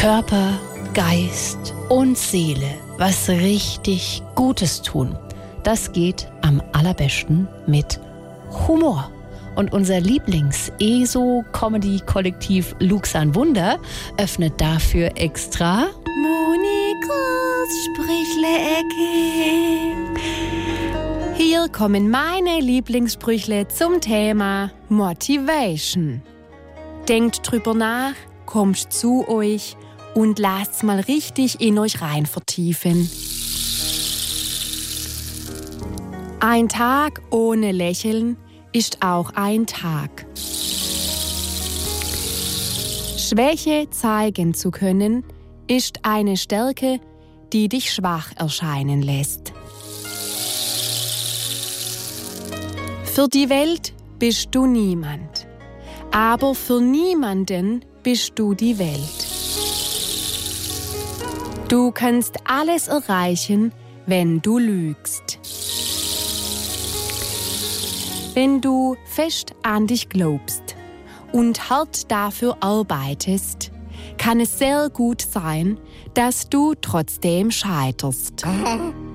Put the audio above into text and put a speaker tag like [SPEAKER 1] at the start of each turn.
[SPEAKER 1] Körper, Geist und Seele was richtig Gutes tun. Das geht am allerbesten mit Humor. Und unser Lieblings-ESO-Comedy-Kollektiv Luxan Wunder öffnet dafür extra
[SPEAKER 2] Monikos Sprüchle-Ecke. Hier kommen meine Lieblingssprüchle zum Thema Motivation. Denkt drüber nach, kommt zu euch und lasst's mal richtig in euch rein vertiefen. Ein Tag ohne Lächeln ist auch ein Tag. Schwäche zeigen zu können, ist eine Stärke, die dich schwach erscheinen lässt. Für die Welt bist du niemand, aber für niemanden bist du die Welt. Du kannst alles erreichen, wenn du lügst. Wenn du fest an dich glaubst und hart dafür arbeitest, kann es sehr gut sein, dass du trotzdem scheiterst.